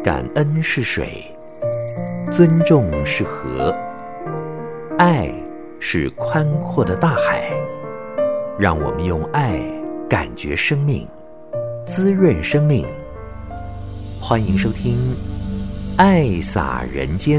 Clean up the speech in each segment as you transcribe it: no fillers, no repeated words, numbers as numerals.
感恩是水，尊重是河，爱是宽阔的大海。让我们用爱感觉生命，滋润生命。欢迎收听《爱洒人间》。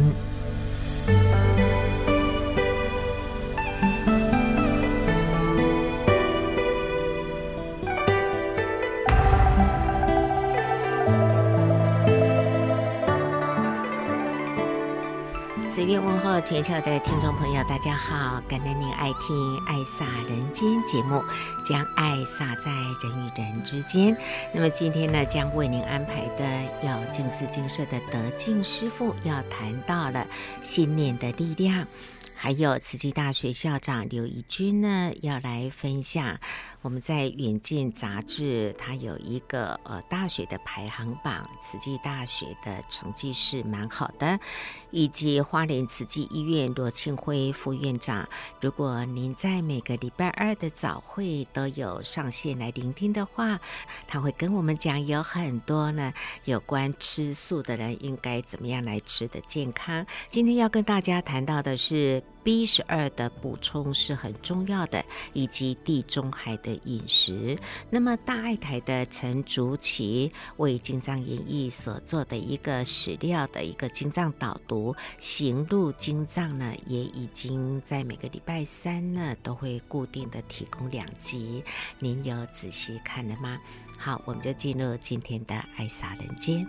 子愿问候全球的听众朋友，大家好，感恩您爱听《爱洒人间》节目，将爱洒在人与人之间。那么今天呢，将为您安排的要净思精舍的德静师父要谈到了信念的力量，还有慈济大学校长刘怡君呢要来分享我们在远见杂志它有一个大学的排行榜，慈济大学的成绩是蛮好的，以及花莲慈济医院罗庆辉副院长，如果您在每个礼拜二的早会都有上线来聆听的话，他会跟我们讲有很多呢有关吃素的人应该怎么样来吃的健康。今天要跟大家谈到的是B12的补充是很重要的，以及地中海的饮食。那么大爱台的陈竹琪为精藏演艺所做的一个史料的一个精藏导读行路精藏呢，也已经在每个礼拜三呢都会固定的提供2集，您有仔细看了吗？好，我们就进入今天的爱洒人间。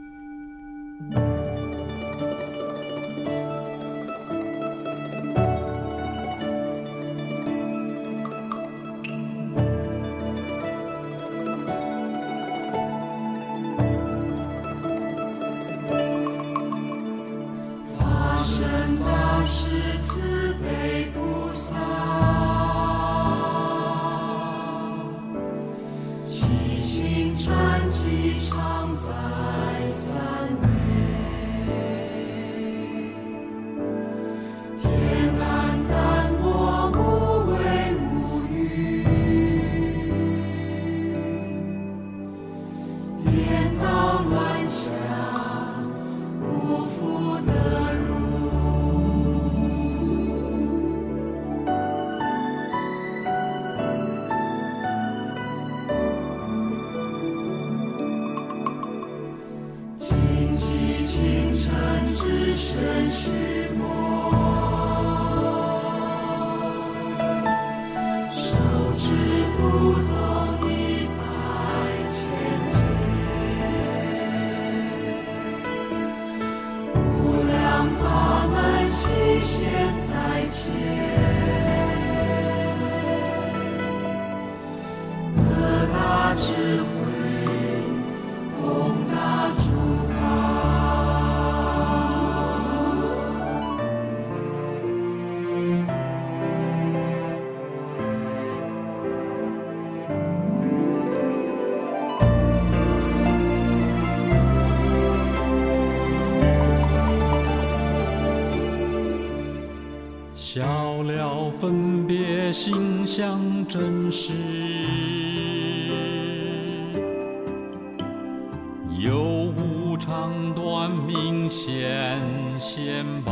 笑了分别心相真实，有无长短明显显白，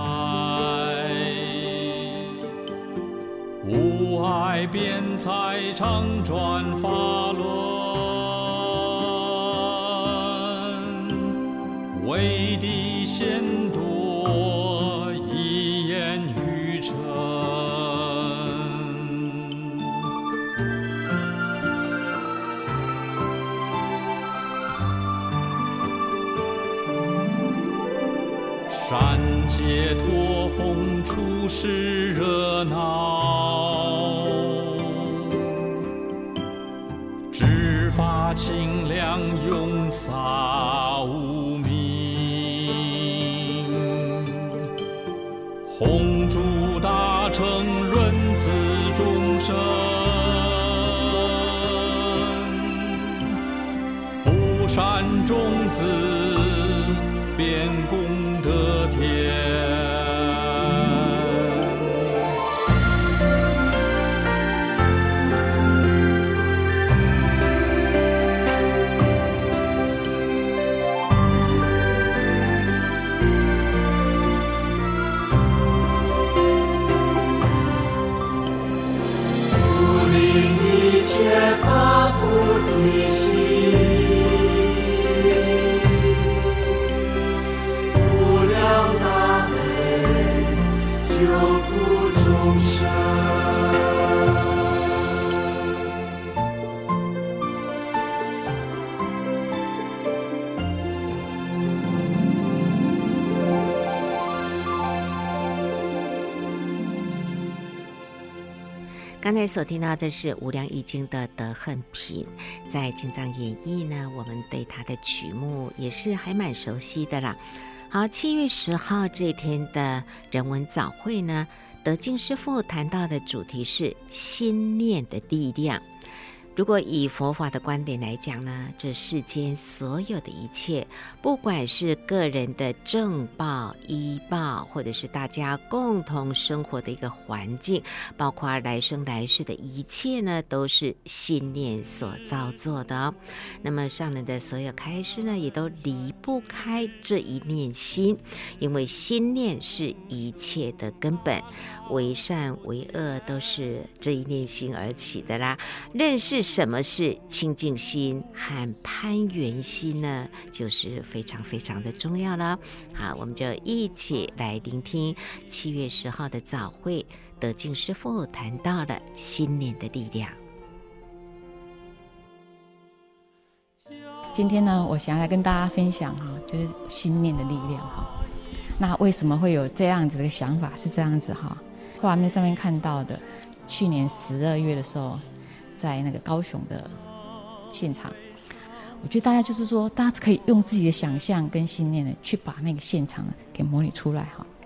无碍辩才常转法轮，为地先多一言语成，善解脱风处世热闹，知法清凉永洒无明，红烛大成润自众生，不善种子便功德天。 刚才所听到的是无量易经的德恨品，在金藏演义呢，我们对他的曲目也是还蛮熟悉的啦。好，7月10号这天的人文早会呢，德静师父谈到的主题是心念的力量。如果以佛法的观点来讲呢，这世间所有的一切，不管是个人的正报、依报，或者是大家共同生活的一个环境，包括来生来世的一切呢，都是心念所造作的哦。那么上人的所有开示呢，也都离不开这一念心，因为心念是一切的根本，为善为恶都是这一念心而起的啦。认识什么是清净心和攀缘心呢，就是非常非常的重要了。好，我们就一起来聆听7月10号的早会，德静师父谈到了心念的力量。 今天呢，我想要来跟大家分享就是心念的力量那为什么会有这样子的想法？是这样子画面上面看到的，去年12月的时候，在那个高雄的现场，我觉得大家就是说，大家可以用自己的想象跟信念呢，去把那个现场给模拟出来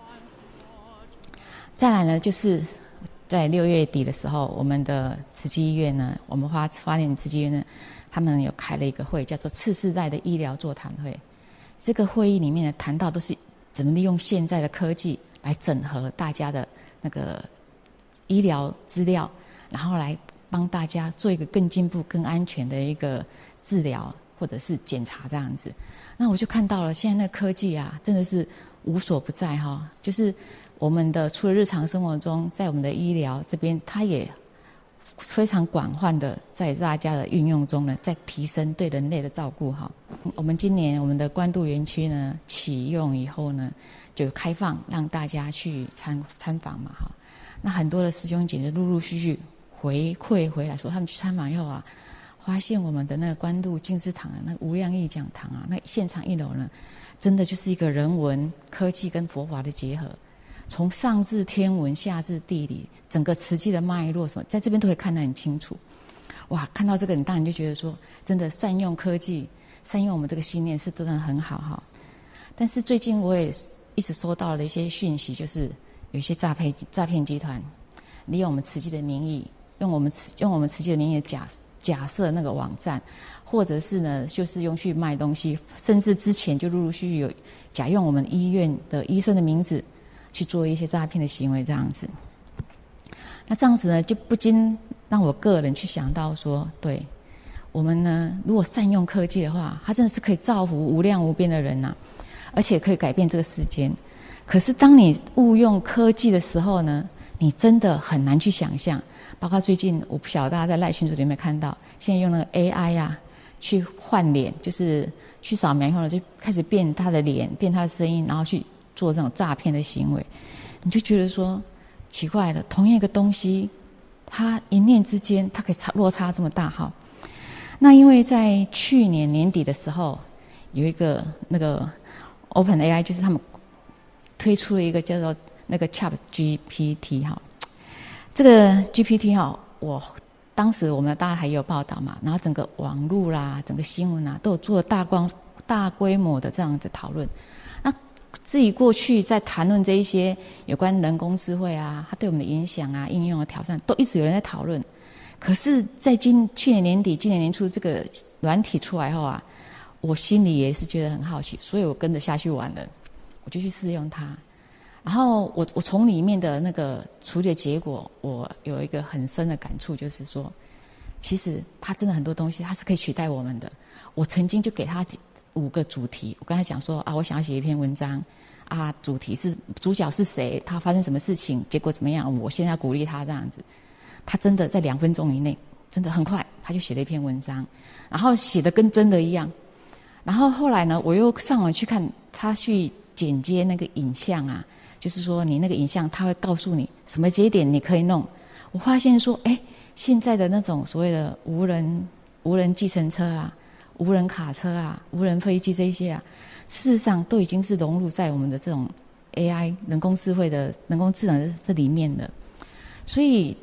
再来呢，就是在6月底的时候，我们的慈济医院呢，我们花莲慈济医院呢，他们有开了一个会，叫做次世代的医疗座谈会。这个会议里面呢，谈到都是怎么利用现在的科技来整合大家的那个医疗资料，然后来帮大家做一个更进步、更安全的一个治疗或者是检查这样子。那我就看到了，现在那个科技真的是无所不在就是我们的除了日常生活中，在我们的医疗这边，它也非常广泛的在大家的运用中呢，在提升对人类的照顾我们今年我们的关渡园区呢启用以后呢，就开放让大家去参访嘛那很多的师兄姐姐陆陆续续回馈回来说，他们去参访以后发现我们的那个关渡净思堂那个无量义讲堂那现场1楼呢，真的就是一个人文科技跟佛法的结合，从上至天文下至地理，整个慈济的脉络什么，在这边都可以看得很清楚。哇，看到这个你当然就觉得说，真的善用科技，善用我们这个信念是真的很好但是最近我也一直收到了一些讯息，就是有一些诈骗集团利用我们慈济的名义，用我们慈济的名义假设那个网站，或者是呢就是用去卖东西，甚至之前就陆陆续续有假用我们医院的医生的名字去做一些诈骗的行为这样子。那这样子呢，就不禁让我个人去想到说，对我们呢，如果善用科技的话，它真的是可以造福无量无边的人而且可以改变这个世间。可是当你误用科技的时候呢，你真的很难去想象。包括最近我不晓得大家在赖群组里面看到，现在用那个 AI 去换脸，就是去扫描以后呢，就开始变他的脸，变他的声音，然后去做这种诈骗的行为。你就觉得说奇怪了，同样一个东西，它一念之间，它可以落差这么大那因为在去年年底的时候，有一个那个 OpenAI， 就是他们推出了一个叫做那个 ChatGPT 这个 GPT 我当时我们大家还有报道嘛，然后整个网络啦，整个新闻都有做大规模的这样子讨论。那至于过去在谈论这一些有关人工智慧它对我们的影响应用的挑战，都一直有人在讨论。可是在去年年底今年年初这个软体出来后我心里也是觉得很好奇，所以我跟着下去玩了，我就去试用它。然后我从里面的那个处理的结果，我有一个很深的感触，就是说其实它真的很多东西它是可以取代我们的。我曾经就给他5个主题，我跟他讲说我想要写一篇文章主题是主角是谁，他发生什么事情，结果怎么样，我现在鼓励他这样子。他真的在2分钟以内，真的很快他就写了一篇文章，然后写的跟真的一样。然后后来呢，我又上网去看他去剪接那个影像就是说你那个影像他会告诉你什么节点你可以弄。我发现说现在的那种所谓的无人计程车无人卡车无人飞机这一些事实上都已经是融入在我们的这种 AI 人工智慧的人工智能这里面的。所以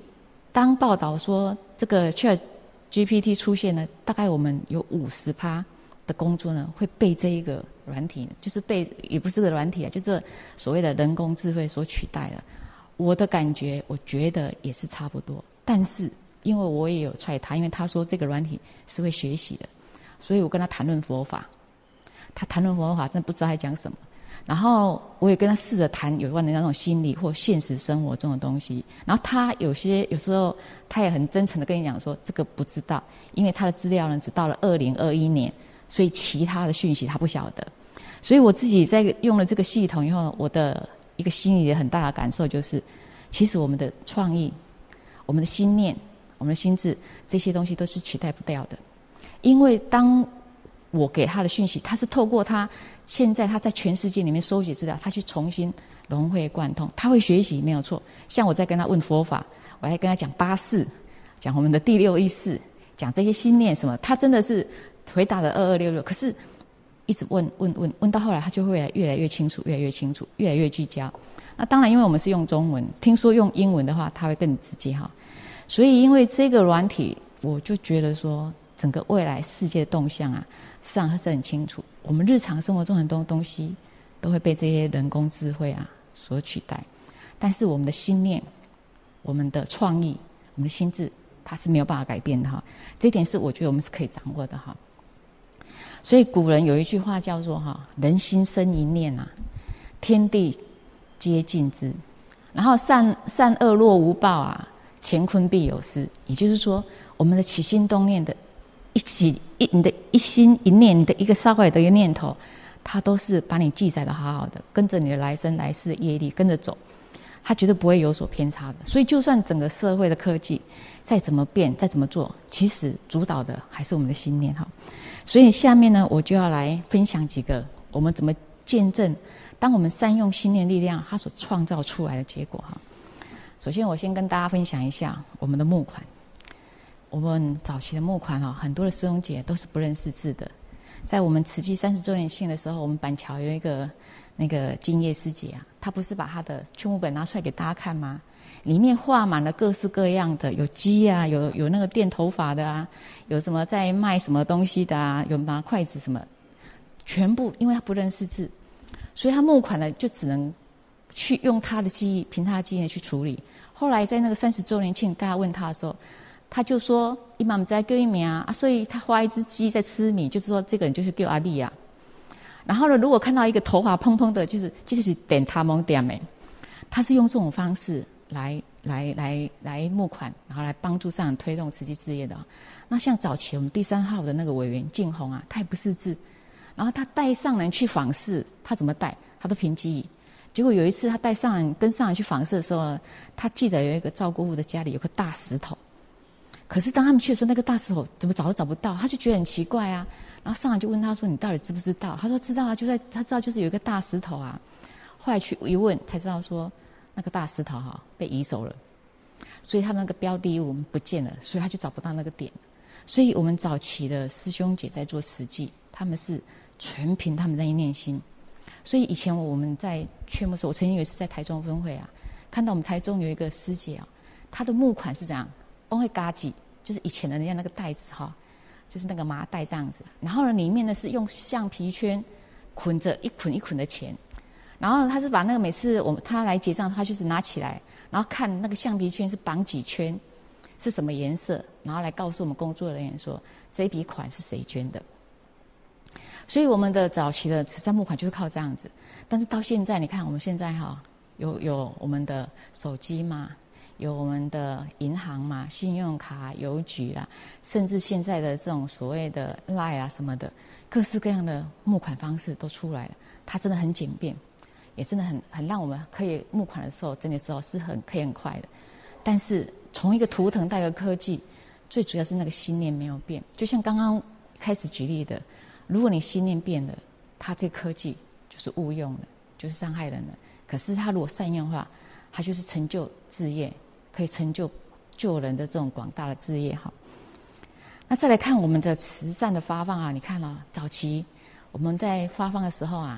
当报道说这个 ChatGPT 出现了，大概我们有50%的工作呢会被这一个软体，就是被也不是个软体啊，就是所谓的人工智慧所取代了。我的感觉，我觉得也是差不多。但是因为我也有踹他，因为他说这个软体是会学习的，所以我跟他谈论佛法。他谈论佛法，真的不知道在讲什么。然后我也跟他试着谈有关的那种心理或现实生活中的东西。然后他有时候他也很真诚的跟你讲说，这个不知道，因为他的资料呢只到了2021年，所以其他的讯息他不晓得。所以我自己在用了这个系统以后，我的一个心里的很大的感受就是，其实我们的创意、我们的心念、我们的心智，这些东西都是取代不掉的。因为当我给他的讯息，他是透过他现在他在全世界里面收集资料，他去重新融会贯通，他会学习没有错。像我在跟他问佛法，我还跟他讲八识，讲我们的第六意识，讲这些心念什么，他真的是回答了2266，可是一直问到后来，他就会越来越清楚，越来越清楚，越来越聚焦。那当然，因为我们是用中文，听说用英文的话，他会更直接哈。所以因为这个软体，我就觉得说，整个未来世界的动向啊，实际上还是很清楚。我们日常生活中很多东西都会被这些人工智慧啊所取代，但是我们的心念、我们的创意、我们的心智，它是没有办法改变的哈。这一点是我觉得我们是可以掌握的哈。所以古人有一句话叫做哈，人心生一念啊，天地皆尽之。然后善恶若无报啊，乾坤必有失。也就是说，我们的起心动念的你的一心一念，你的一个稍微的一个念头，它都是把你记载的好好的，跟着你的来生来世的业力跟着走，它绝对不会有所偏差的。所以就算整个社会的科技再怎么变，再怎么做，其实主导的还是我们的心念哈。所以下面呢，我就要来分享几个我们怎么见证，当我们善用心念力量，它所创造出来的结果哈。首先，我先跟大家分享一下我们的募款。我们早期的募款很多的师兄姐都是不认识字的。在我们慈济30周年庆的时候，我们板桥有一个那个金叶师姐啊，她不是把她的劝募本拿出来给大家看吗？里面画满了各式各样的，有鸡啊，有那个电头发的啊，有什么在卖什么东西的啊，有拿筷子什么，全部因为她不认识字，所以她募款呢就只能去用她的记忆，凭她的记忆去处理。后来在那个30周年庆，大家问她的时候，他就说伊嘛不知道叫伊名啊，所以他画一只鸡在吃米，就是说这个人就是叫阿丽啊。然后呢，如果看到一个头发蓬蓬的，就是点他蒙点的，他是用这种方式来募款，然后来帮助上人推动慈济事业的。那像早期我们第3号的那个委员静红啊，他也不识字，然后他带上人去访视，他怎么带？他都凭记忆。结果有一次他带上人跟上人去访视的时候，他记得有一个赵姑父的家里有个大石头。可是当他们去的时候，那个大石头怎么找都找不到，他就觉得很奇怪啊。然后上来就问他说：“你到底知不知道？”他说：“知道啊，他知道就是有一个大石头啊。”后来去一问才知道说，那个大石头被移走了，所以他那个标的物不见了，所以他就找不到那个点。所以我们早期的师兄姐在做慈济，他们是全凭他们那一念心。所以以前我们在劝募的时候，我曾经有一次在台中分会啊，看到我们台中有一个师姐啊，她的募款是这样。我会嘎叽，就是以前的人家那个袋子就是那个麻袋这样子。然后呢，里面呢是用橡皮圈捆着一捆一捆的钱。然后他是把那个每次他来结账，他就是拿起来，然后看那个橡皮圈是绑几圈，是什么颜色，然后来告诉我们工作人员说这一笔款是谁捐的。所以我们的早期的慈善募款就是靠这样子。但是到现在，你看我们现在有我们的手机嘛。有我们的银行嘛，信用卡、邮局啦，甚至现在的这种所谓的 LINE 啊什么的，各式各样的募款方式都出来了。它真的很简便，也真的很让我们可以募款的时候，真的时候是可以很快的。但是从一个图腾到一个科技，最主要是那个心念没有变。就像刚刚开始举例的，如果你心念变了，它这个科技就是误用了，就是伤害人了。可是它如果善用的话，它就是成就志业。可以成就救人的这种广大的志业哈。那再来看我们的慈善的发放啊，你看早期我们在发放的时候啊，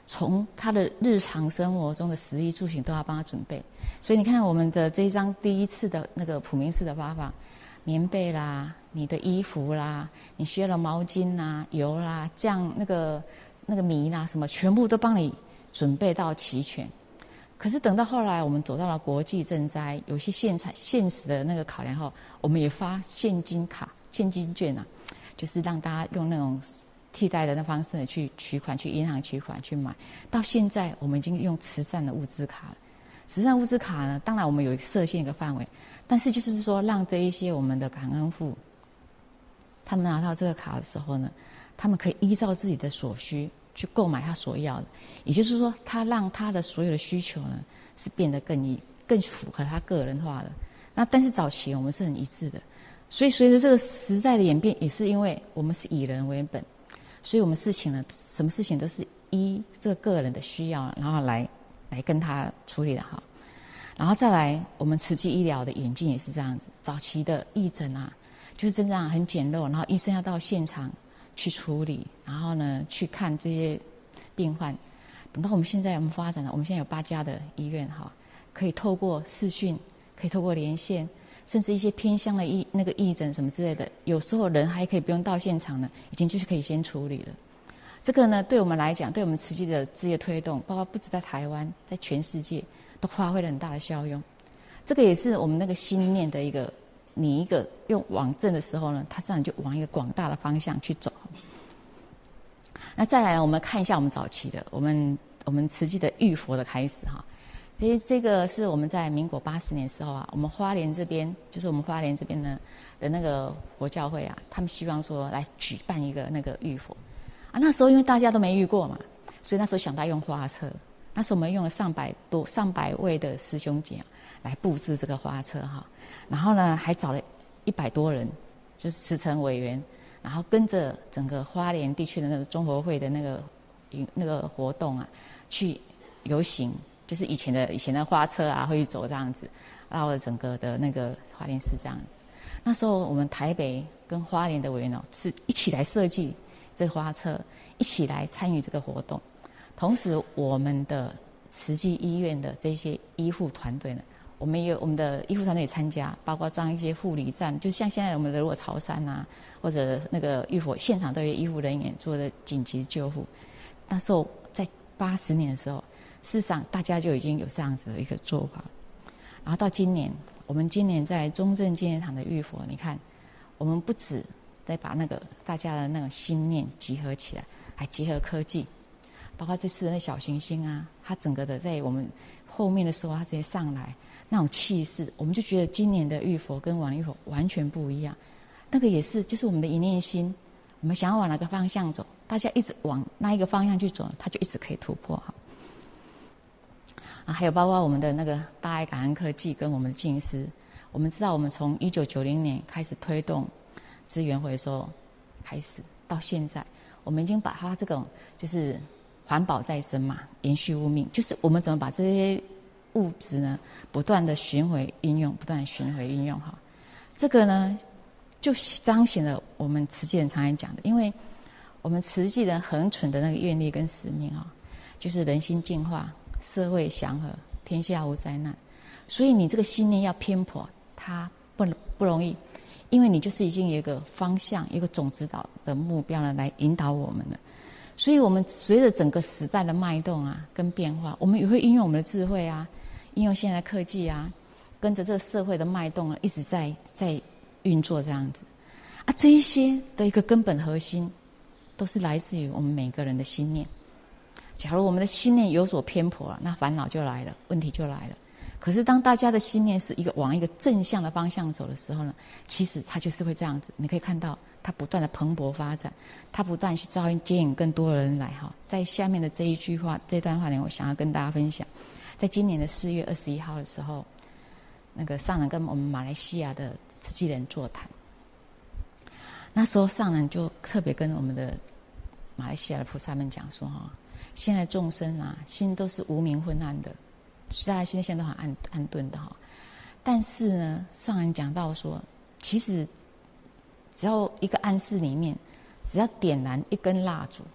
从他的日常生活中的食衣住行都要帮他准备。所以你看我们的这一张第一次的那个普明寺的发放，棉被啦、你的衣服啦、你需要的毛巾啦、油啦、酱那个米啦什么，全部都帮你准备到齐全。可是等到后来我们走到了国际赈灾，有些现实的那个考量后，我们也发现金券啊，就是让大家用那种替代的那方式去取款，去银行取款去买。到现在我们已经用慈善的物资卡了。慈善物资卡呢，当然我们有设限一个范围，但是就是说让这一些我们的感恩户，他们拿到这个卡的时候呢，他们可以依照自己的所需去购买他所要的，也就是说，他让他的所有的需求呢是变得更符合他个人化的。那但是早期我们是很一致的，所以随着这个时代的演变，也是因为我们是以人为本，所以我们什么事情都是依这个人的需要，然后来跟他处理的好。然后再来，我们慈济医疗的演进也是这样子，早期的义诊啊，就是真正很简陋，然后医生要到现场去处理，然后呢去看这些病患。等到我们现在发展了，我们现在有8家的医院哈，可以透过视讯，可以透过连线，甚至一些偏乡的义诊什么之类的，有时候人还可以不用到现场呢，已经就是可以先处理了。这个呢，对我们来讲，对我们慈济的事业推动，包括不止在台湾，在全世界都发挥了很大的效用。这个也是我们那个心念的你一个用往正的时候呢，它自然就往一个广大的方向去走。那再来，我们看一下我们早期的我们慈济的浴佛的开始哈。这个是我们在民国80年的时候啊，我们花莲这边呢的那个佛教会啊，他们希望说来举办一个那个浴佛啊。那时候因为大家都没遇过嘛，所以那时候想到用花车。那时候我们用了上百位的师兄姐来布置这个花车哈，然后呢还找了100多人，就是慈诚委员，然后跟着整个花莲地区的那个中佛会的那个活动啊，去游行，就是以前的花车啊会去走这样子，绕了整个的那个花莲市这样子。那时候我们台北跟花莲的委员是一起来设计这个花车，一起来参与这个活动。同时，我们的慈济医院的这些医护团队呢，我们的医护团队也参加，包括装一些护理站，就像现在我们的如果潮汕啊，或者那个浴佛现场都有医护人员做的紧急救护。那时候在80年的时候，事实上大家就已经有这样子的一个做法。然后到今年，我们今年在中正纪念堂的浴佛，你看，我们不止在把那个大家的那个心念集合起来，还结合科技。包括这次的那小行星啊，它整个的在我们后面的时候，它直接上来那种气势，我们就觉得今年的浴佛跟往年浴佛完全不一样。那个也是，就是我们的一念心，我们想要往哪个方向走，大家一直往那一个方向去走，它就一直可以突破哈。啊，还有包括我们的那个大爱感恩科技跟我们的净思，我们知道我们从1990年开始推动资源回收开始到现在，我们已经把它这种就是环保再生嘛，延续物命，就是我们怎么把这些物质呢，不断的循回运用哈。这个呢，就彰显了我们慈济人常常讲的，因为我们慈济人很蠢的那个愿力跟使命哈，就是人心净化，社会祥和，天下无灾难。所以你这个心念要偏颇，它不容易，因为你就是已经有一个方向，一个总指导的目标呢，来引导我们了。所以我们随着整个时代的脉动啊跟变化，我们也会运用我们的智慧啊，运用现在的科技啊，跟着这个社会的脉动啊，一直在运作这样子啊。这一些的一个根本核心，都是来自于我们每个人的心念。假如我们的心念有所偏颇，那烦恼就来了，问题就来了。可是当大家的心念是往一个正向的方向走的时候呢，其实它就是会这样子。你可以看到它不断的蓬勃发展，它不断去接引更多的人来哈。在下面的这段话呢，我想要跟大家分享，在今年的4月21号的时候，那个上人跟我们马来西亚的慈济人座谈，那时候上人就特别跟我们的马来西亚的菩萨们讲说哈，现在众生啊，心都是无明昏暗的，大家心现在都很暗钝的哈。但是呢，上人讲到说，其实只要一个暗室里面，只要点燃一根蜡烛，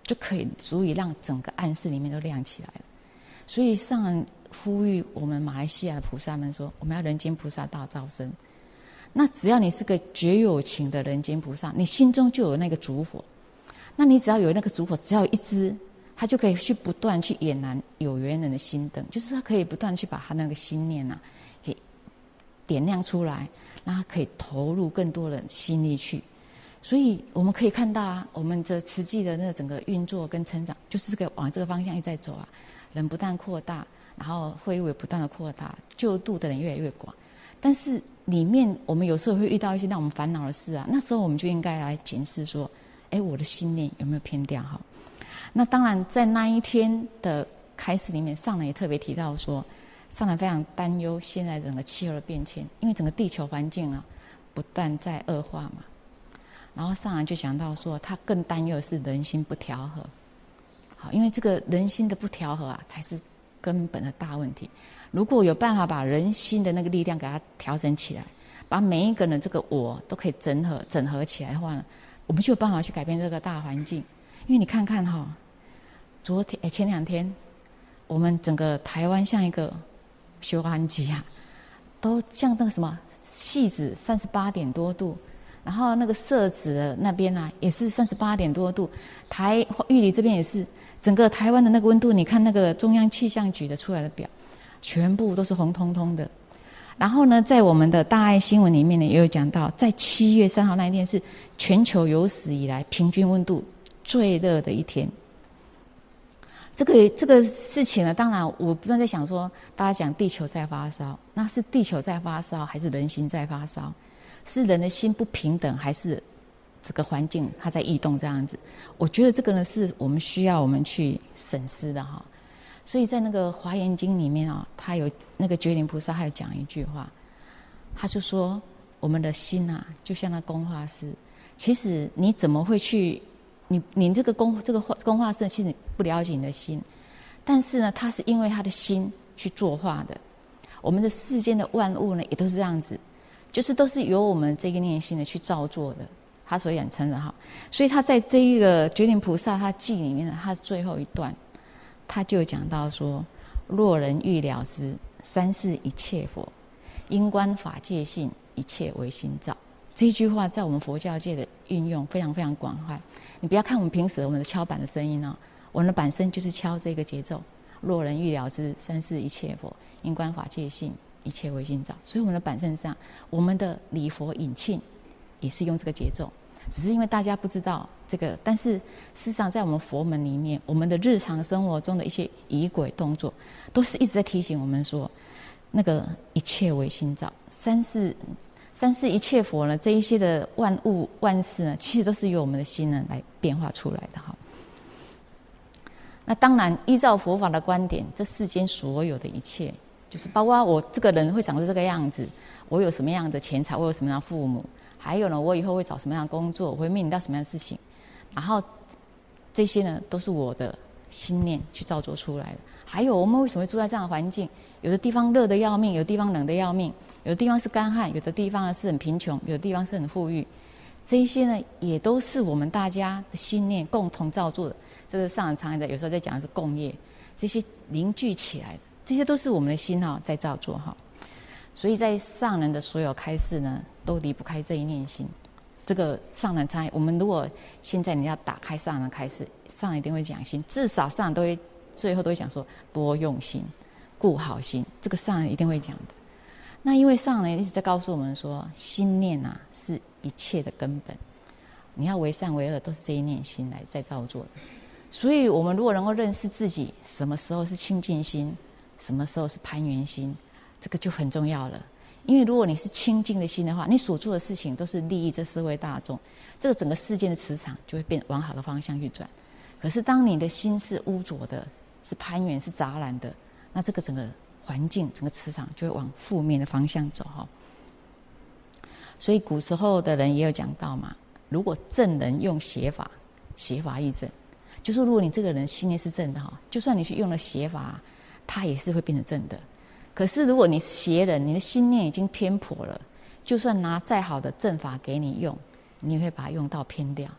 就可以足以让整个暗室里面都亮起来了。所以上人呼吁我们马来西亚的菩萨们说，我们要人间菩萨大招生。那只要你是个绝有情的人间菩萨，你心中就有那个烛火，那你只要有那个烛火，只要有一支，他就可以去不断去点燃有缘人的心灯，就是他可以不断去把他那个心念啊给点亮出来，让他可以投入更多的心力去。所以我们可以看到啊，我们的慈济的那整个运作跟成长，就是这个往这个方向一直在走啊。人不断扩大，然后会也不断的扩大，救度的人越来越广。但是里面我们有时候会遇到一些让我们烦恼的事啊，那时候我们就应该来检视说，我的心念有没有偏掉哈？那当然在那一天的开始里面，上人也特别提到说，上人非常担忧现在整个气候的变迁，因为整个地球环境啊不断在恶化嘛。然后上人就讲到说，他更担忧的是人心不调和。好，因为这个人心的不调和啊，才是根本的大问题。如果有办法把人心的那个力量给它调整起来，把每一个人这个我都可以整合起来的话呢，我们就有办法去改变这个大环境。因为你看看哈，前2天，我们整个台湾像一个修安机啊，都像那个什么汐止38点多度。然后那个社子的那边啊，也是38点多度，玉里这边也是，整个台湾的那个温度，你看那个中央气象局的出来的表，全部都是红彤彤的。然后呢，在我们的大爱新闻里面呢，也有讲到，在7月3号那一天是全球有史以来平均温度最热的一天。这个事情呢，当然我不断在想说，大家讲地球在发烧，那是地球在发烧，还是人心在发烧？是人的心不平等，还是这个环境它在异动这样子？我觉得这个呢，是我们需要我们去审思的哈。所以在那个《华严经》里面啊，他有那个觉灵菩萨还有讲一句话，他就说我们的心啊，就像那工画师，其实你怎么会去你这个工画师，其实你不了解你的心，但是呢，他是因为他的心去作画的。我们的世间的万物呢，也都是这样子。就是都是由我们这个念心的去造作的，他所养成的哈。所以他在这一个觉灵菩萨他记里面的他最后一段，他就讲到说：若人欲了之，三世一切佛，因观法界性，一切唯心造。这一句话在我们佛教界的运用非常非常广泛。你不要看我们平时我们的敲板的声音哦，我们的板声就是敲这个节奏：若人欲了之，三世一切佛，因观法界性，一切唯心造。所以我们的板正上，我们的礼佛引磬也是用这个节奏，只是因为大家不知道这个，但是事实上在我们佛门里面，我们的日常生活中的一些仪轨动作，都是一直在提醒我们说，那个一切唯心造。三世一切佛呢，这一些的万物万事呢，其实都是由我们的心呢来变化出来的哈。那当然，依照佛法的观点，这世间所有的一切，就是包括我这个人会长成这个样子，我有什么样的钱财，我有什么样的父母，还有呢，我以后会找什么样的工作，我会面临到什么样的事情，然后这些呢，都是我的心念去造作出来的。还有我们为什么会住在这样的环境？有的地方热得要命，有的地方冷得要命，有的地方是干旱，有的地方呢是很贫穷，有的地方是很富裕。这一些呢，也都是我们大家的心念共同造作的。这个上人常有时候在讲的是共业，这些凝聚起来的，这些都是我们的心在造作哈。所以在上人的所有开示呢，都离不开这一念心。这个上人常，我们如果现在你要打开上人开示，上人一定会讲心，至少上人都会最后都会讲说多用心，顾好心，这个上人一定会讲的。那因为上人一直在告诉我们说，心念啊是一切的根本，你要为善为恶都是这一念心来在造作的。所以我们如果能够认识自己什么时候是清净心，什么时候是攀缘心，这个就很重要了。因为如果你是清净的心的话，你所做的事情都是利益这社会大众，这个整个世界的磁场就会变往好的方向去转。可是当你的心是污浊的，是攀缘，是杂染的，那这个整个环境整个磁场就会往负面的方向走哈。所以古时候的人也有讲到嘛，如果正人用邪法，邪法亦正，就说如果你这个人心念是正的哈，就算你去用了邪法，它也是会变成正的。可是如果你是邪人，你的心念已经偏颇了，就算拿再好的正法给你用，你也会把它用到偏掉。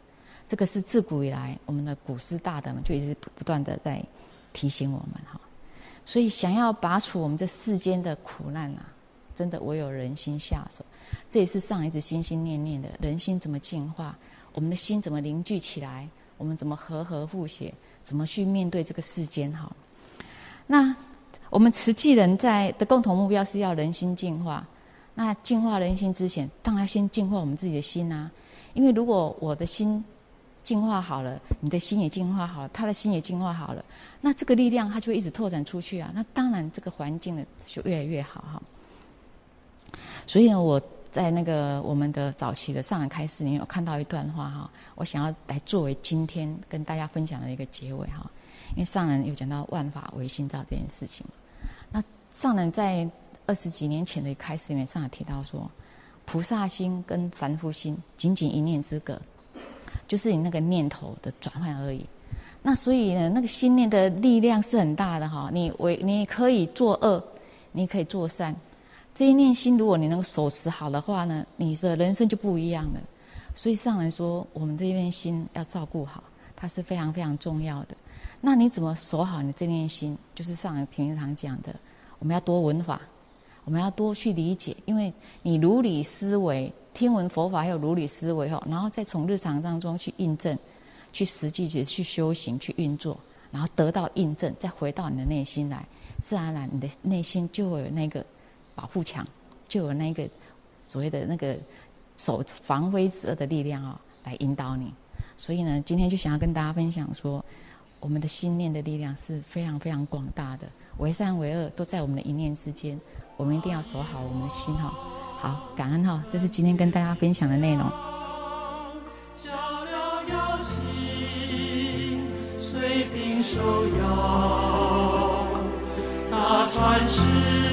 这个是自古以来我们的古师大德们就一直不断的在提醒我们哈。所以想要拔除我们这世间的苦难啊，真的唯有人心下手。这也是上一直心心念念的，人心怎么净化，我们的心怎么凝聚起来，我们怎么和和互协，怎么去面对这个世间哈。那我们慈济人的共同目标是要人心净化。那净化人心之前，当然先净化我们自己的心啊。因为如果我的心净化好了，你的心也净化好了，他的心也净化好了，那这个力量它就会一直拓展出去啊。那当然这个环境呢就越来越好哈。所以呢，我在那个我们的早期的上人开示里面有看到一段话哈，我想要来作为今天跟大家分享的一个结尾哈。因为上人有讲到万法唯心造这件事情，那上人在20几年前的开示里面，上人提到说，菩萨心跟凡夫心仅仅一念之隔，就是你那个念头的转换而已。那所以呢，那个心念的力量是很大的哈。你可以做恶，你可以做善，这一念心如果你能够手持好的话呢，你的人生就不一样了。所以上人说，我们这一念心要照顾好，它是非常非常重要的。那你怎么守好你的这念心？就是上人平常讲的，我们要多闻法，我们要多去理解，因为你如理思维，听闻佛法还有如理思维后，然后再从日常当中去印证，去实际去修行，去运作，然后得到印证，再回到你的内心来，自然而然你的内心就会有那个保护墙，就有那个所谓的那个防微之恶的力量来引导你。所以呢，今天就想要跟大家分享说，我们的心念的力量是非常非常广大的，为善为恶都在我们的一念之间，我们一定要守好我们的心哈。好，感恩哈，这是今天跟大家分享的内容。 小了要行，随并受邀，大船时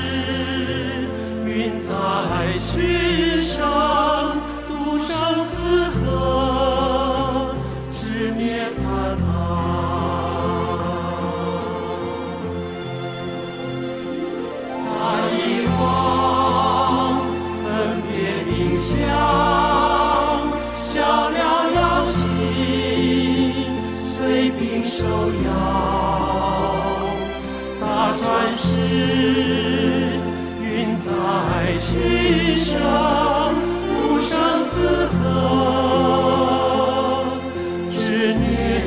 云在去上，渡生死河，直涅槃小了要行，随并受邀，大船时云在去生，渡生死河，直涅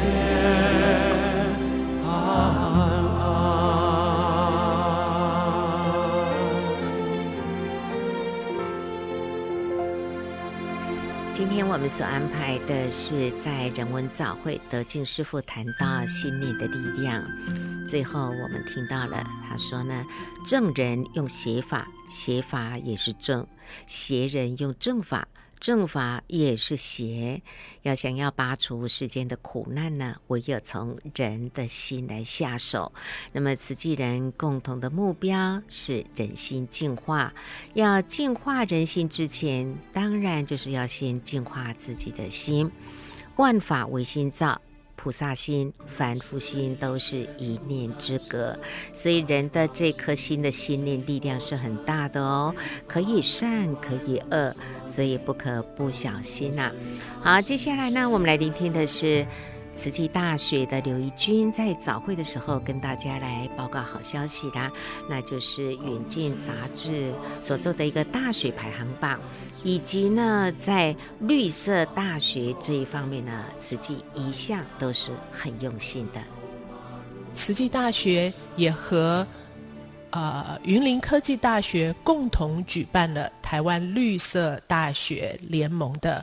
今天我们所安排的是在人文早会德静师父谈到心念的力量，最后我们听到了他说呢，正人用邪法，邪法也是正；邪人用正法，正法也是邪。想要拔除世间的苦难呢，唯有从人的心来下手。那么慈济人共同的目标是人心净化，要净化人心之前，当然就是要先净化自己的心。万法唯心造，菩萨心、凡夫心都是一念之隔，所以人的这颗心的心念力量是很大的哦，可以善可以恶，所以不可不小心啊。好，接下来呢，我们来聆听的是慈济大学的刘怡君在早会的时候跟大家来报告好消息啦，那就是远见杂志所做的一个大学排行榜，以及呢在绿色大学这一方面呢，慈济一向都是很用心的。 慈济大学也和云林科技大学共同举办了台湾绿色大学联盟的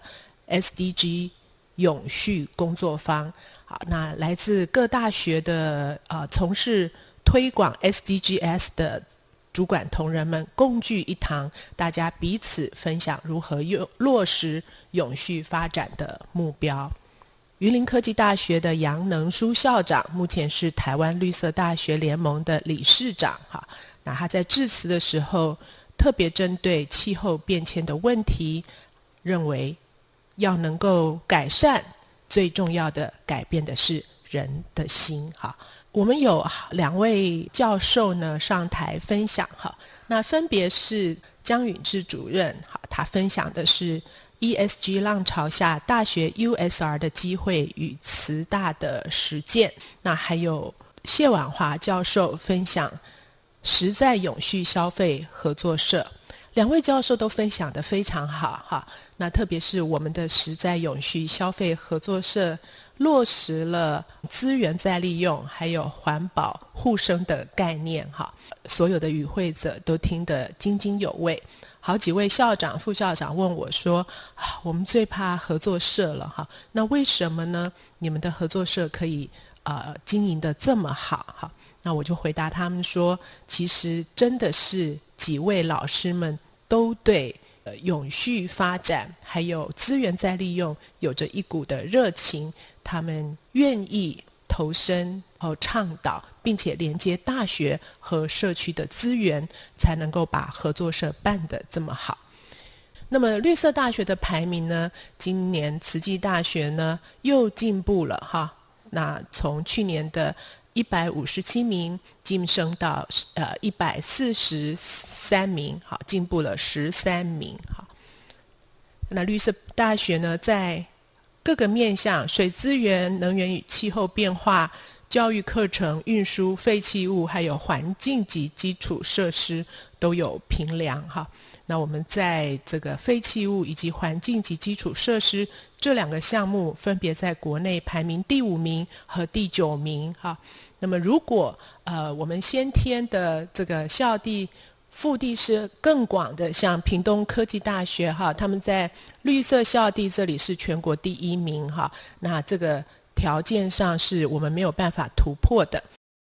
SDG 永续工作坊。好，那来自各大学的从事推广 SDGs 的主管同仁们共聚一堂，大家彼此分享如何落实永续发展的目标。云林科技大学的杨能书校长目前是台湾绿色大学联盟的理事长。那他在致辞的时候特别针对气候变迁的问题，认为要能够改善，最重要的改变的是人的心。我们有2位教授呢上台分享，那分别是江允志主任，他分享的是 ESG 浪潮下大学 USR 的机会与慈大的实践。那还有谢婉华教授分享实在永续消费合作社，两位教授都分享得非常好哈。那特别是我们的实在永续消费合作社落实了资源再利用还有环保互生的概念哈，所有的与会者都听得津津有味。好几位校长副校长问我说我们最怕合作社了哈，那为什么呢？你们的合作社可以经营得这么好哈？那我就回答他们说，其实真的是几位老师们都对永续发展还有资源再利用有着一股的热情，他们愿意投身倡导，并且连接大学和社区的资源，才能够把合作社办得这么好。那么绿色大学的排名呢，今年慈济大学呢又进步了哈，那从去年的157名晋升到143名，好，进步了13名。好，那绿色大学呢，在各个面向，水资源、能源与气候变化、教育课程、运输、废弃物，还有环境及基础设施都有评量哈。那我们在这个废弃物以及环境及基础设施这两个项目，分别在国内排名第5名和第9名哈。那么如果我们先天的这个校地腹地是更广的，像屏东科技大学哈，他们在绿色校地这里是全国第1名哈，那这个条件上是我们没有办法突破的。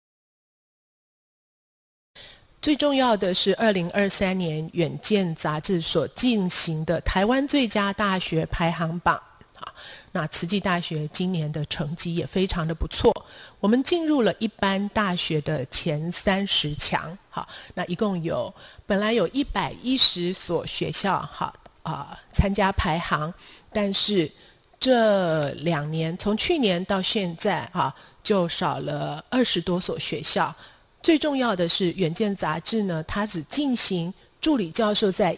最重要的是2023年远见杂志所进行的台湾最佳大学排行榜。那慈济大学今年的成绩也非常的不错，我们进入了一般大学的前30强。好，那一共本来有110所学校参加排行，但是这2年从去年到现在就少了20多所学校。最重要的是远见杂志呢，它只进行助理教授在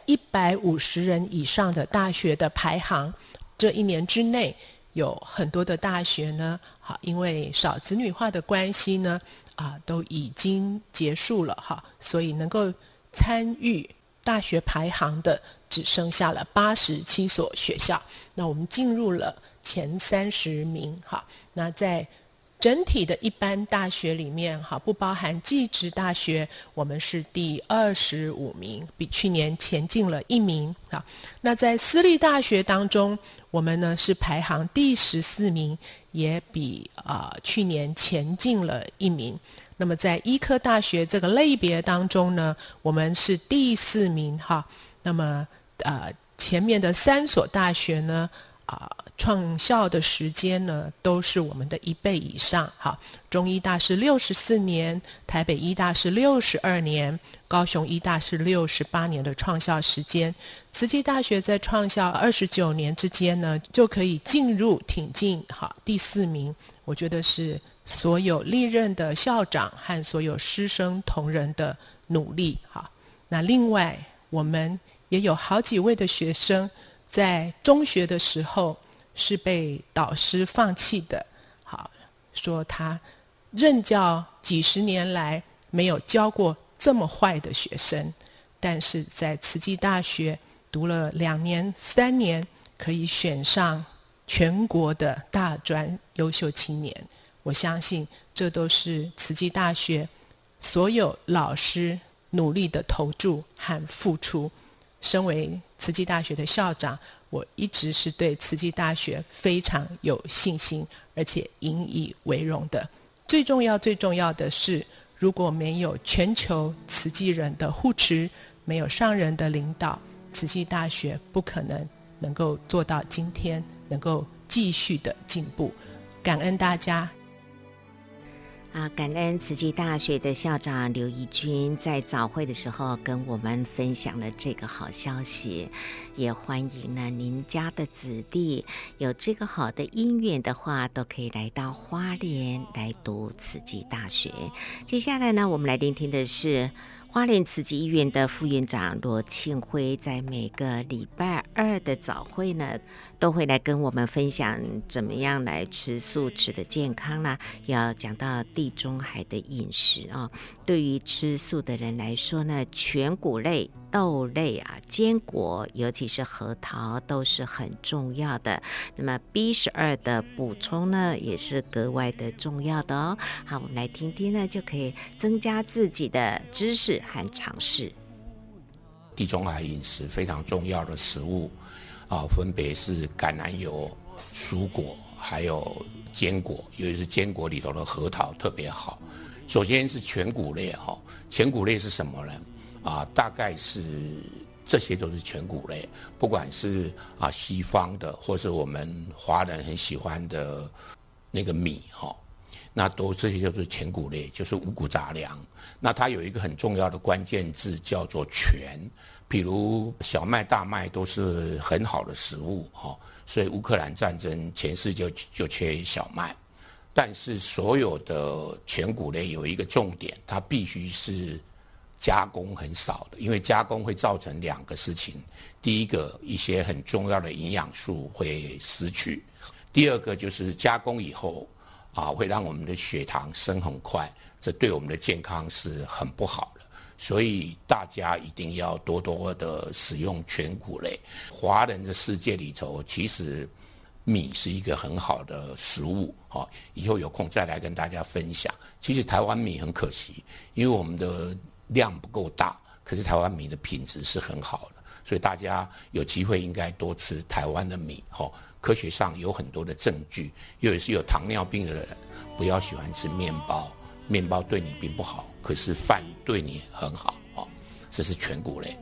150人以上的大学的排行。这1年之内有很多的大学呢，因为少子女化的关系呢，都已经结束了所以能够参与大学排行的只剩下了87所学校。那我们进入了前30名那在整体的一般大学里面不包含技职大学，我们是第25名，比去年前进了1名那在私立大学当中，我们呢是排行第14名，也比去年前进了1名。那么在医科大学这个类别当中呢，我们是第4名那么前面的3所大学呢创校的时间呢都是我们的1倍以上中医大是64年，台北医大是62年，高雄医大是68年的创校时间。慈济大学在创校29年之间呢，就可以挺进第4名。我觉得是所有历任的校长和所有师生同仁的努力那另外我们也有好几位的学生在中学的时候是被导师放弃的说他任教几十年来没有教过这么坏的学生，但是在慈济大学读了2年3年，可以选上全国的大专优秀青年。我相信这都是慈济大学所有老师努力的投注和付出。身为慈济大学的校长，我一直是对慈济大学非常有信心，而且引以为荣的。最重要的是，如果没有全球慈济人的护持，没有上人的领导，慈济大学不可能够做到今天，能够继续的进步。感恩大家。 感恩慈济大学的校长刘怡君在早会的时候跟我们分享了这个好消息，也欢迎呢您家的子弟有这个好的因缘的话，都可以来到花莲来读慈济大学。接下来呢，我们来聆听的是花莲慈济医院的副院长罗庆辉在每个礼拜二的早会呢，都会来跟我们分享怎么样来吃素吃的健康啦。要讲到地中海的饮食啊，对于吃素的人来说呢，全谷类、豆类啊、坚果，尤其是核桃都是很重要的。那么 B12 的补充呢，也是格外的重要的哦。好，我们来听听呢，就可以增加自己的知识和尝试。 地中海饮食非常重要的食物分别是橄榄油、蔬果还有坚果，尤其是坚果里头的核桃特别好。首先是全谷类全谷类是什么呢？大概是这些都是全谷类，不管是西方的，或是我们华人很喜欢的那个米那这些就是全谷类，就是五谷杂粮。那它有一个很重要的关键字叫做全，比如小麦、大麦都是很好的食物所以乌克兰战争全世界就缺小麦。但是所有的全谷类有一个重点，它必须是加工很少的，因为加工会造成两个事情：第一个，一些很重要的营养素会失去；第二个就是加工以后会让我们的血糖升很快，这对我们的健康是很不好的。所以大家一定要多多的使用全谷类。华人的世界里头，其实米是一个很好的食物以后有空再来跟大家分享。其实台湾米很可惜，因为我们的量不够大，可是台湾米的品质是很好的，所以大家有机会应该多吃台湾的米科学上有很多的证据，尤其是有糖尿病的人不要喜欢吃面包，面包对你并不好，可是饭对你很好这是全谷类。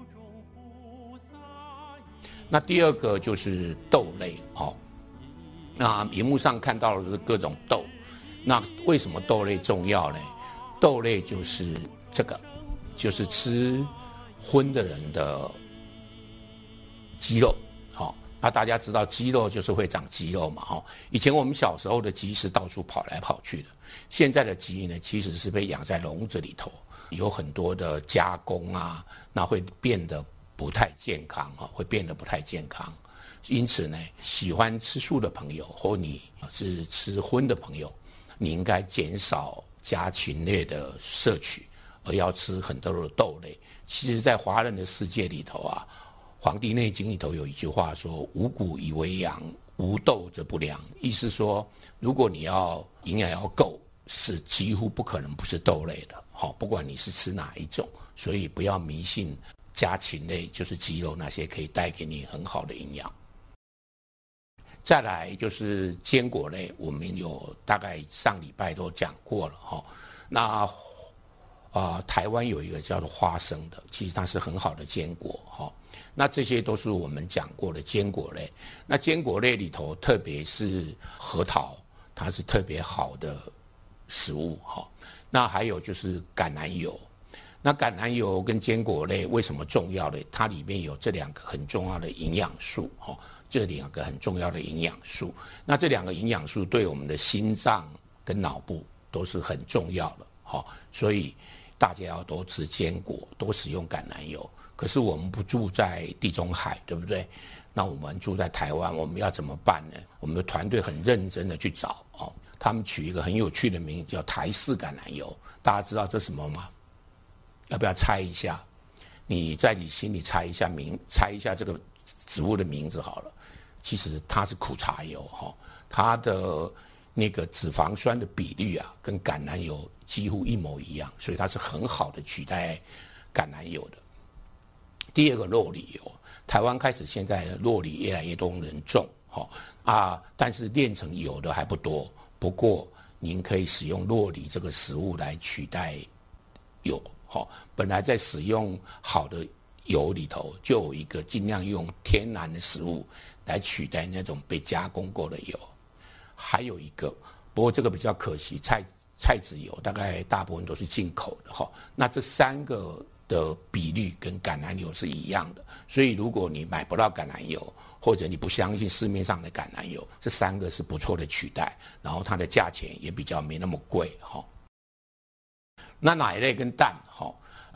那第二个就是豆类那荧幕上看到的是各种豆，那为什么豆类重要呢？豆类就是这个，就是吃荤的人的鸡肉那大家知道鸡肉就是会长肌肉嘛以前我们小时候的鸡是到处跑来跑去的，现在的鸡呢其实是被养在笼子里头，有很多的加工那会变得不太健康会变得不太健康。因此呢，喜欢吃素的朋友或你是吃荤的朋友，你应该减少家禽类的摄取，而要吃很多的豆类。其实在华人的世界里头《黄帝内经》里头有一句话说：“五谷以为养，无豆则不良。”意思说，如果你要营养要够，是几乎不可能不是豆类的。不管你是吃哪一种，所以不要迷信家禽类，就是鸡肉那些可以带给你很好的营养。再来就是坚果类，我们有大概上礼拜都讲过了那台湾有一个叫做花生的，其实它是很好的坚果那这些都是我们讲过的坚果类。那坚果类里头，特别是核桃，它是特别好的食物那还有就是橄榄油。那橄榄油跟坚果类为什么重要呢？它里面有这两个很重要的营养素这两个很重要的营养素。那这两个营养素对我们的心脏跟脑部都是很重要的所以大家要多吃坚果，多使用橄榄油。可是我们不住在地中海，对不对？那我们住在台湾，我们要怎么办呢？我们的团队很认真的去找他们取一个很有趣的名字叫台式橄榄油。大家知道这是什么吗？要不要猜一下？你在你心里猜一下这个植物的名字好了。其实它是苦茶油它的那个脂肪酸的比率跟橄榄油几乎一模一样，所以它是很好的取代橄榄油的。第二个酪梨油，台湾开始现在酪梨越来越多人种但是炼成油的还不多。不过您可以使用酪梨这个食物来取代油本来在使用好的油里头就有一个尽量用天然的食物来取代那种被加工过的油。还有一个，不过这个比较可惜，菜籽油大概大部分都是进口的那这三个的比率跟橄榄油是一样的，所以如果你买不到橄榄油，或者你不相信市面上的橄榄油，这三个是不错的取代，然后它的价钱也比较没那么贵那奶类跟蛋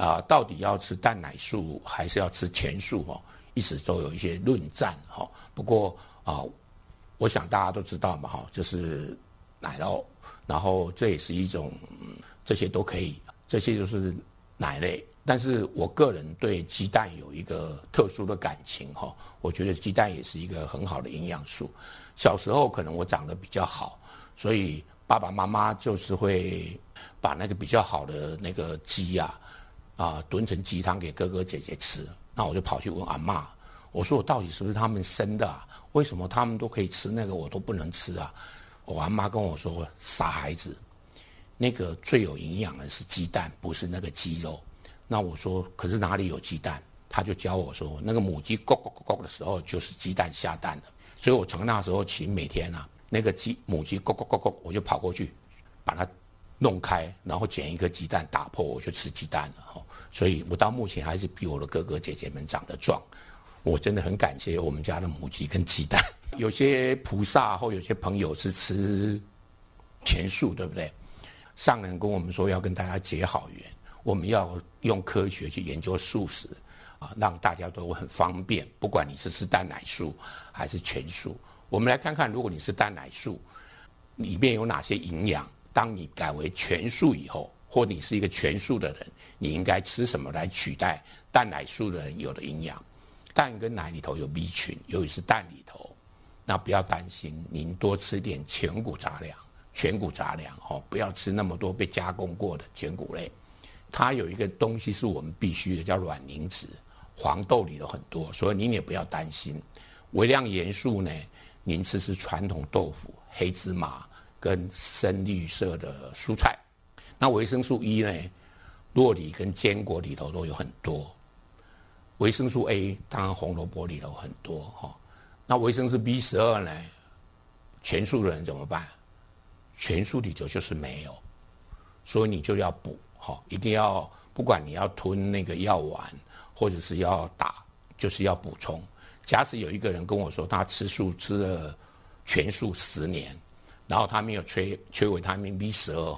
到底要吃蛋奶素还是要吃全素一直都有一些论战不过我想大家都知道嘛就是奶酪，然后这也是一种这些都可以，这些就是奶类。但是我个人对鸡蛋有一个特殊的感情我觉得鸡蛋也是一个很好的营养素。小时候可能我长得比较好，所以爸爸妈妈就是会把那个比较好的那个鸡炖成鸡汤给哥哥姐姐吃。那我就跑去问阿嬷，我说我到底是不是他们生的为什么他们都可以吃那个我都不能吃我阿嬷跟我说，傻孩子，那个最有营养的是鸡蛋，不是那个鸡肉。那我说可是哪里有鸡蛋？他就教我说，那个母鸡咕咕咕咕的时候就是鸡蛋下蛋了。所以我从那时候起每天那个母鸡咕咕咕咕，我就跑过去把它弄开，然后捡一颗鸡蛋打破，我就吃鸡蛋了所以我到目前还是比我的哥哥姐姐们长得壮。我真的很感谢我们家的母鸡跟鸡蛋。有些菩萨或有些朋友是吃全素，对不对？上人跟我们说要跟大家结好缘，我们要用科学去研究素食让大家都很方便，不管你是吃蛋奶素还是全素。我们来看看，如果你是蛋奶素，里面有哪些营养？当你改为全素以后，或你是一个全素的人，你应该吃什么来取代蛋奶素的人有的营养？蛋跟奶里头有 B 群，尤其是蛋里头，那不要担心，您多吃点全谷杂粮不要吃那么多被加工过的全谷类。它有一个东西是我们必须的，叫卵磷脂，黄豆里头很多，所以您也不要担心。微量元素呢，您吃传统豆腐、黑芝麻跟深绿色的蔬菜。那维生素 E 呢，酪梨跟坚果里头都有很多。维生素 A 当然红萝卜里头很多那维生素 B12 呢，全素的人怎么办？全素里头就是没有，所以你就要补一定要，不管你要吞那个药丸或者是要打，就是要补充。假使有一个人跟我说他吃素吃了全素10年，然后他没有缺维他命 B12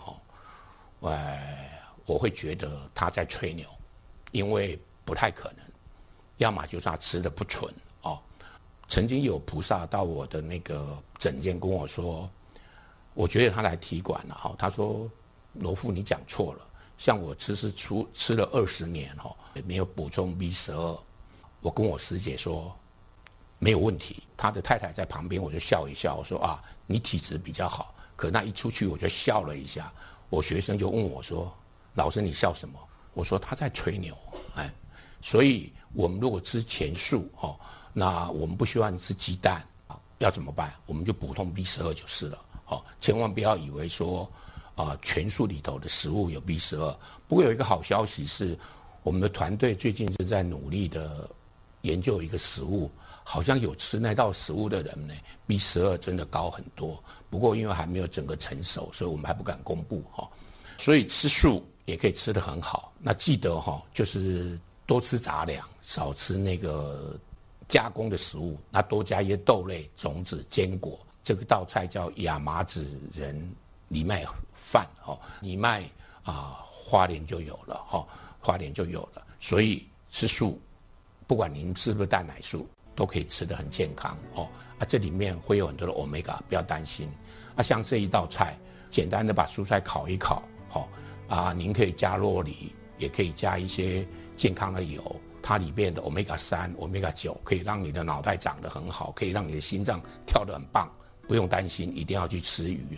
我会觉得他在吹牛，因为不太可能，要么就是他吃的不纯曾经有菩萨到我的那个诊间跟我说，我觉得他来踢馆了他说罗父你讲错了，像我吃了20年也没有补充 B12，我跟我师姐说没有问题，他的太太在旁边，我就笑一笑，我说你体质比较好。可那一出去我就笑了一下，我学生就问我说，老师你笑什么？我说他在吹牛所以我们如果吃全素那我们不希望吃鸡蛋要怎么办？我们就补充 B12就是了千万不要以为说全素里头的食物有 B12。不过有一个好消息是，我们的团队最近是在努力的研究一个食物，好像有吃那道食物的人呢 B12 真的高很多。不过因为还没有整个成熟，所以我们还不敢公布所以吃素也可以吃得很好。那记得就是多吃杂粮，少吃那个加工的食物，那多加一些豆类、种子、坚果。这个道菜叫亚麻籽仁藜麦饭藜麦花莲就有了花莲就有了。所以吃素，不管您是不是蛋奶素，都可以吃得很健康这里面会有很多的 omega， 不要担心像这一道菜，简单的把蔬菜烤一烤您可以加酪梨，也可以加一些健康的油，它里面的 omega3、omega9 可以让你的脑袋长得很好，可以让你的心脏跳得很棒，不用担心一定要去吃鱼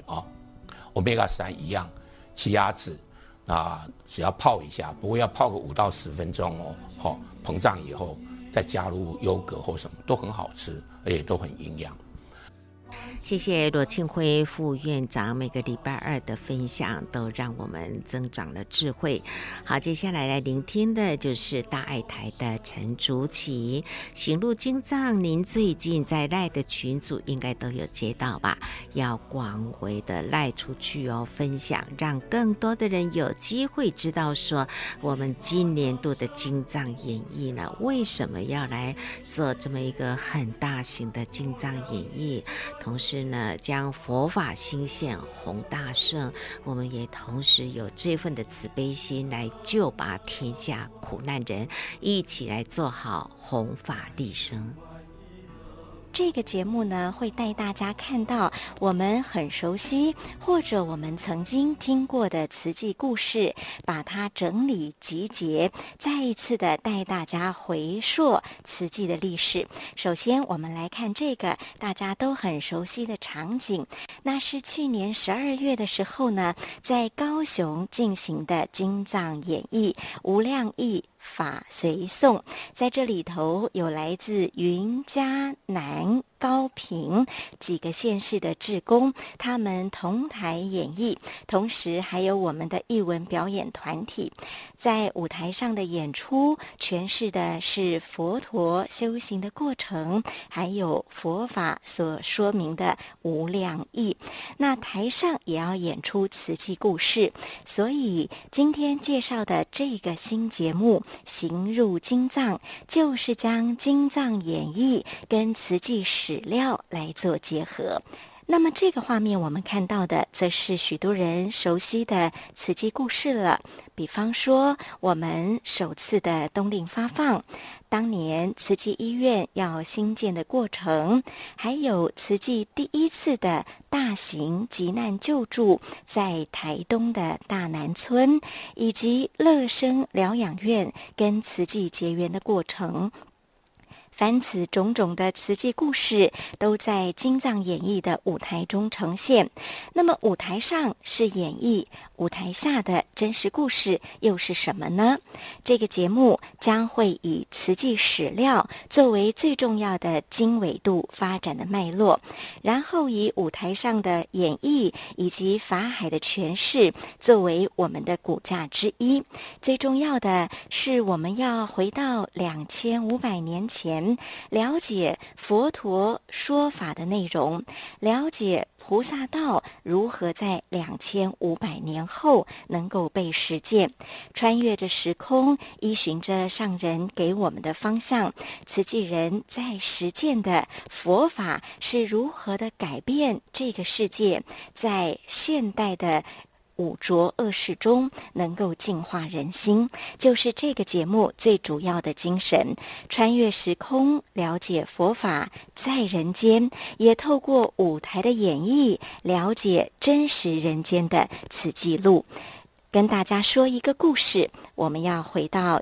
omega3 一样，奇亚籽只要泡一下，不过要泡个5到10分钟膨胀以后再加入优格或什么都很好吃，而且都很营养。 谢谢罗庆辉副院长每个礼拜2的分享，都让我们增长了智慧。好，接下来来聆听的就是大爱台的陈竹琪。行路经藏，您最近在赖的群组应该都有接到吧？要广为的赖出去分享，让更多的人有机会知道说，我们今年度的经藏演绎呢，为什么要来做这么一个很大型的经藏演绎？同时是呢将佛法兴现弘大圣，我们也同时有这份的慈悲心来救拔天下苦难人，一起来做好弘法利生。 这个节目呢，会带大家看到我们很熟悉或者我们曾经听过的慈济故事，把它整理集结，再一次的带大家回溯慈济的历史。首先我们来看这个大家都很熟悉的场景，那是去年12月的时候呢，在高雄进行的金藏演义无量义法随诵，在这里头有来自云嘉南高屏几个县市的志工，他们同台演绎，同时还有我们的艺文表演团体在舞台上的演出，诠释的是佛陀修行的过程，还有佛法所说明的无量义。那台上也要演出慈济故事，所以今天介绍的这个新节目行入经藏，就是将经藏演义跟慈济史料来做结合。那么这个画面我们看到的则是许多人熟悉的慈济故事了，比方说我们首次的冬令发放，当年慈济医院要兴建的过程，还有慈济第一次的大型急难救助在台东的大南村，以及乐生疗养院跟慈济结缘的过程。凡此种种的慈济故事都在经藏演义的舞台中呈现。那么舞台上是演绎，舞台下的真实故事又是什么呢？这个节目将会以慈济史料作为最重要的经纬度发展的脉络，然后以舞台上的演绎以及法海的诠释作为我们的骨架之一。最重要的是我们要回到2500年前，了解佛陀说法的内容，了解菩萨道如何在2500年后能够被实践，穿越着时空，依循着上人给我们的方向，慈济人在实践的佛法是如何的改变这个世界，在现代的五浊恶世中能够净化人心，就是这个节目最主要的精神。穿越时空，了解佛法在人间，也透过舞台的演绎，了解真实人间的此记录。跟大家说一个故事，我们要回到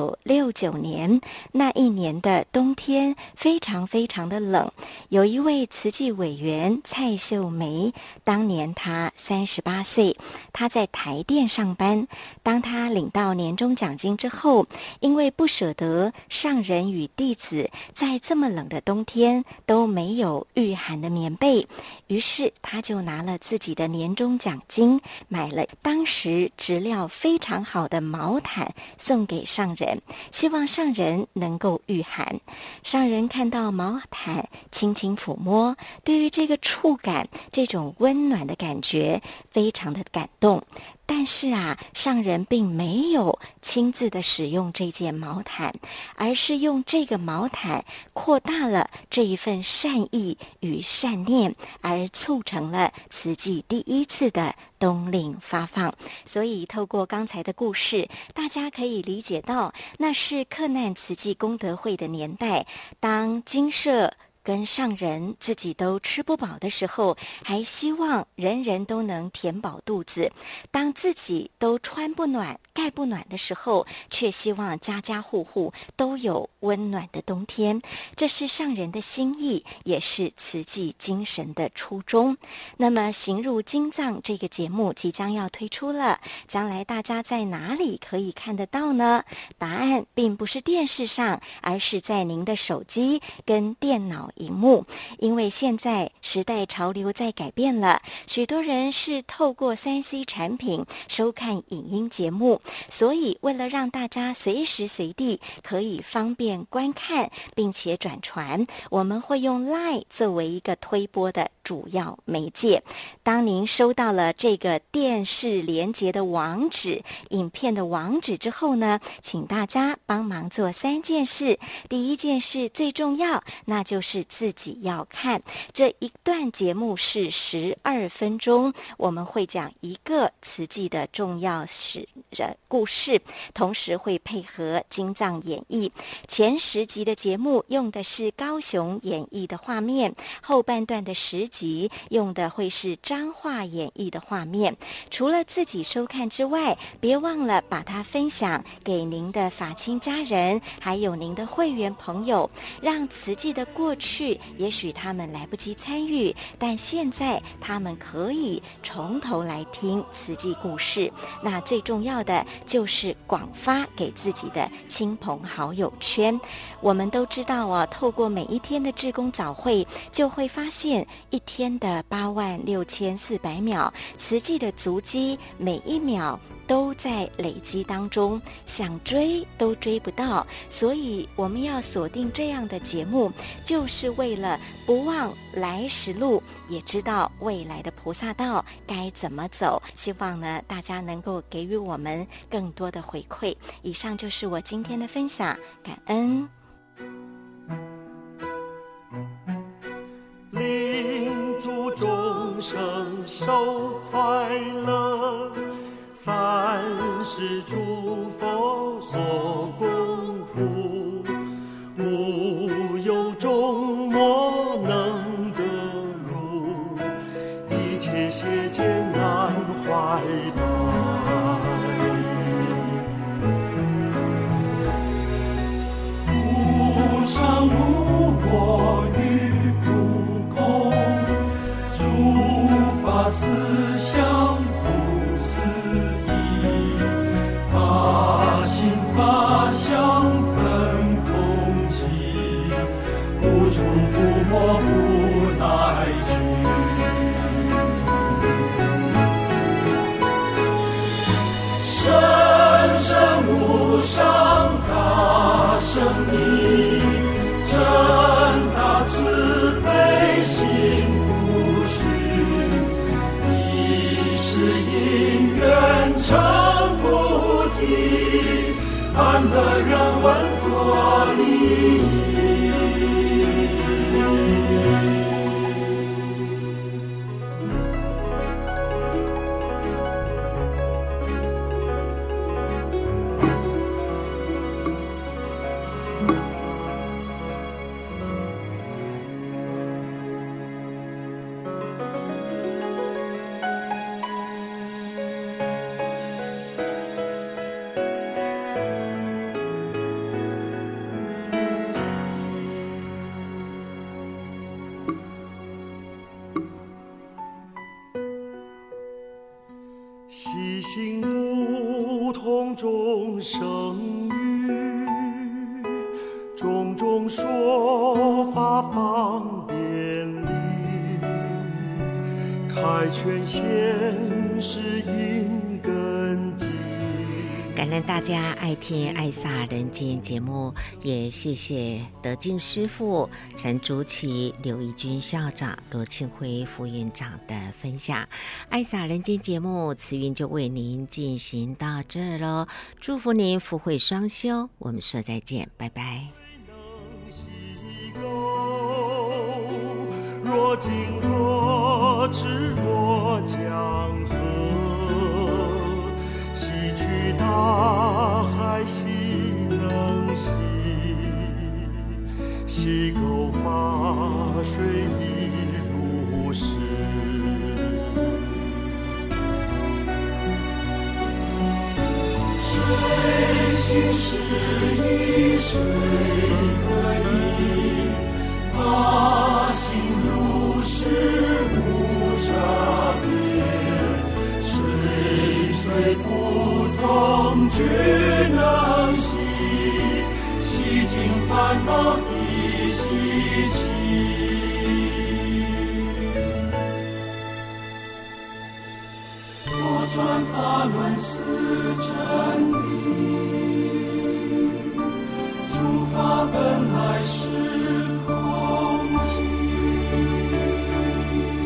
1969年，那一年的冬天非常非常的冷，有一位慈济委员蔡秀梅，当年她38岁，她在台电上班。当她领到年终奖金之后，因为不舍得上人与弟子在这么冷的冬天都没有御寒的棉被，于是她就拿了自己的年终奖金，买了当时质料非常好的毛毯送给上人，希望上人能够御寒。上人看到毛毯，轻轻抚摸，对于这个触感，这种温暖的感觉非常的感动。但是上人并没有亲自的使用这件毛毯，而是用这个毛毯扩大了这一份善意与善念，而促成了慈济第一次的冬令发放。所以透过刚才的故事，大家可以理解到，那是克难慈济功德会的年代，当精舍跟上人自己都吃不饱的时候，还希望人人都能填饱肚子；当自己都穿不暖盖不暖的时候，却希望家家户户都有温暖的冬天。这是上人的心意，也是慈济精神的初衷。那么行入经藏这个节目即将要推出了，将来大家在哪里可以看得到呢？答案并不是电视上，而是在您的手机跟电脑荧幕。因为现在时代潮流在改变了，许多人是透过 3C 产品收看影音节目，所以为了让大家随时随地可以方便观看并且转传，我们会用 LINE 作为一个推播的主要媒介。当您收到了这个电视连结的网址、影片的网址之后呢，请大家帮忙做3件事。第一件事最重要，那就是自己要看。这一段节目是12分钟，我们会讲一个慈济的重要故事，同时会配合精藏演绎。前10集的节目用的是高雄演绎的画面，后半段的10集用的会是彰化演绎的画面。除了自己收看之外，别忘了把它分享给您的法亲家人，还有您的会员朋友，让慈济的过去也许他们来不及参与，但现在他们可以从头来听慈济故事。那最重要的就是广发给自己的亲朋好友圈。我们都知道哦，透过每一天的志工早会，就会发现一天的86400秒，慈济的足迹每一秒都在累积当中，想追都追不到。所以我们要锁定这样的节目，就是为了不忘来时路，也知道未来的菩萨道该怎么走。希望呢，大家能够给予我们更多的回馈。以上就是我今天的分享，感恩。 令诸众生受快乐，30诸佛所共护，无有众魔能得入，一切邪见难怀戴。无常无我与不空，诸法思想不思议，法心法相本空寂，无处不没不来去。深深无上大圣意，真大慈悲心不虚，一世因缘成菩提，安得人闻多利益。细心不同众生语，种种说法方便利，开权显示因根基。 感恩大家爱听爱撒人间节目，也谢谢德进师父、陈竹琪、刘义军校长、罗庆辉副院长的分享。爱撒人间节目慈云就为您进行到这咯，祝福您福慧双修，我们说再见，拜拜。 若静若智若江河，洗去大海细能洗，溪沟法水亦如是。水心是以水可以，法心如是无差别，水虽不同俱能洗，洗尽烦恼的习气。我转法轮思真理，诸法本来是空寂，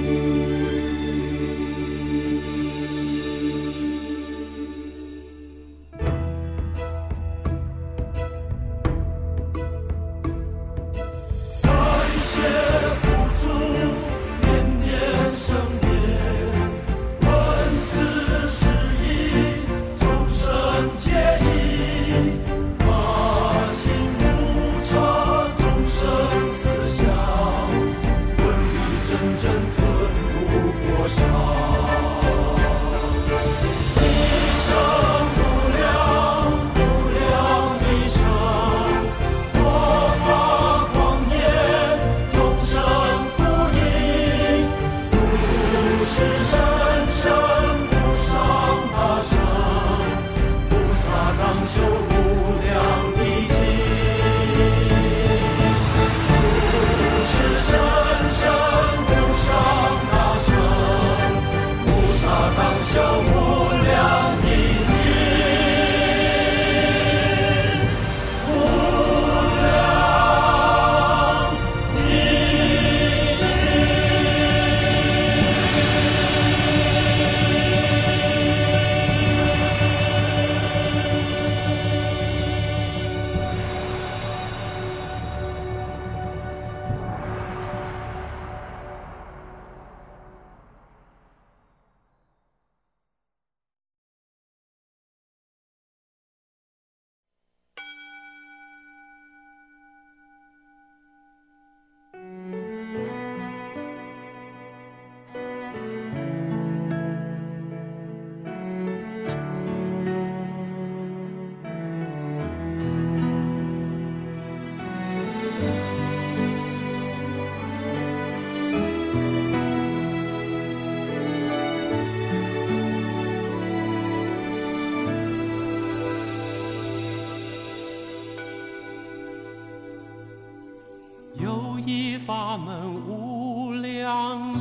有一法门无量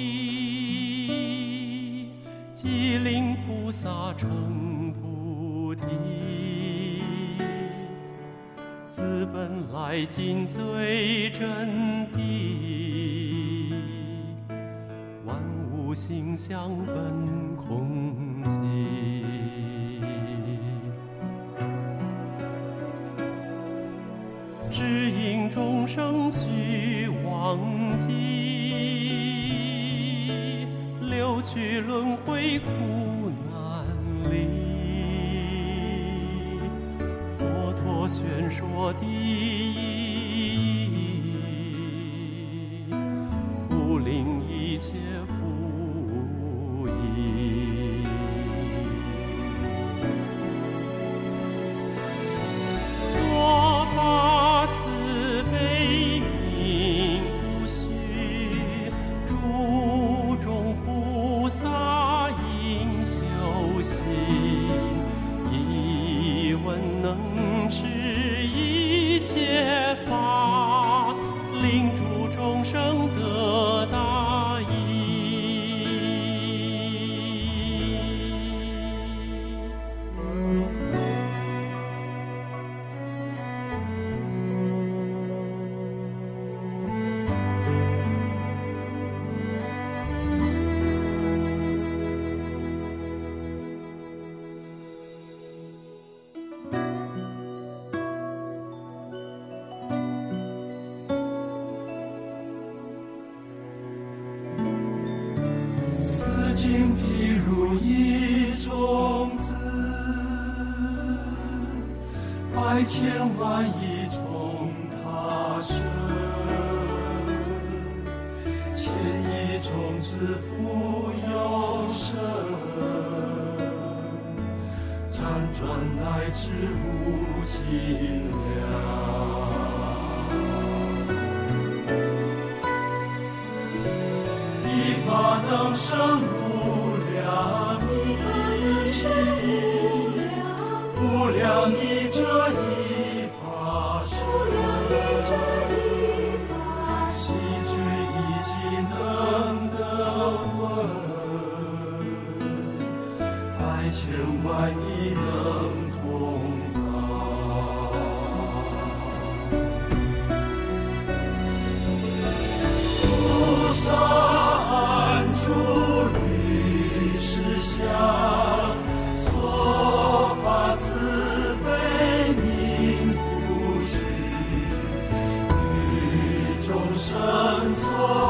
义，即令菩萨成菩提。自本来尽最真谛，万物性相本空寂。只因众生须忘记，流去轮回苦难离。佛陀宣说第一，不令一切复疑。说法慈悲名不虚，诸众菩萨应修习，一问能持一切法，令诸众生得大益。此经譬如一种子，百千万亿从他生，千亿种子复有生，辗转乃至无尽量。一法能生无量义，无量义这一法身，悉具一机能得闻，百千万亿能通达。菩萨住于实相，说法慈悲名不虚，与众生所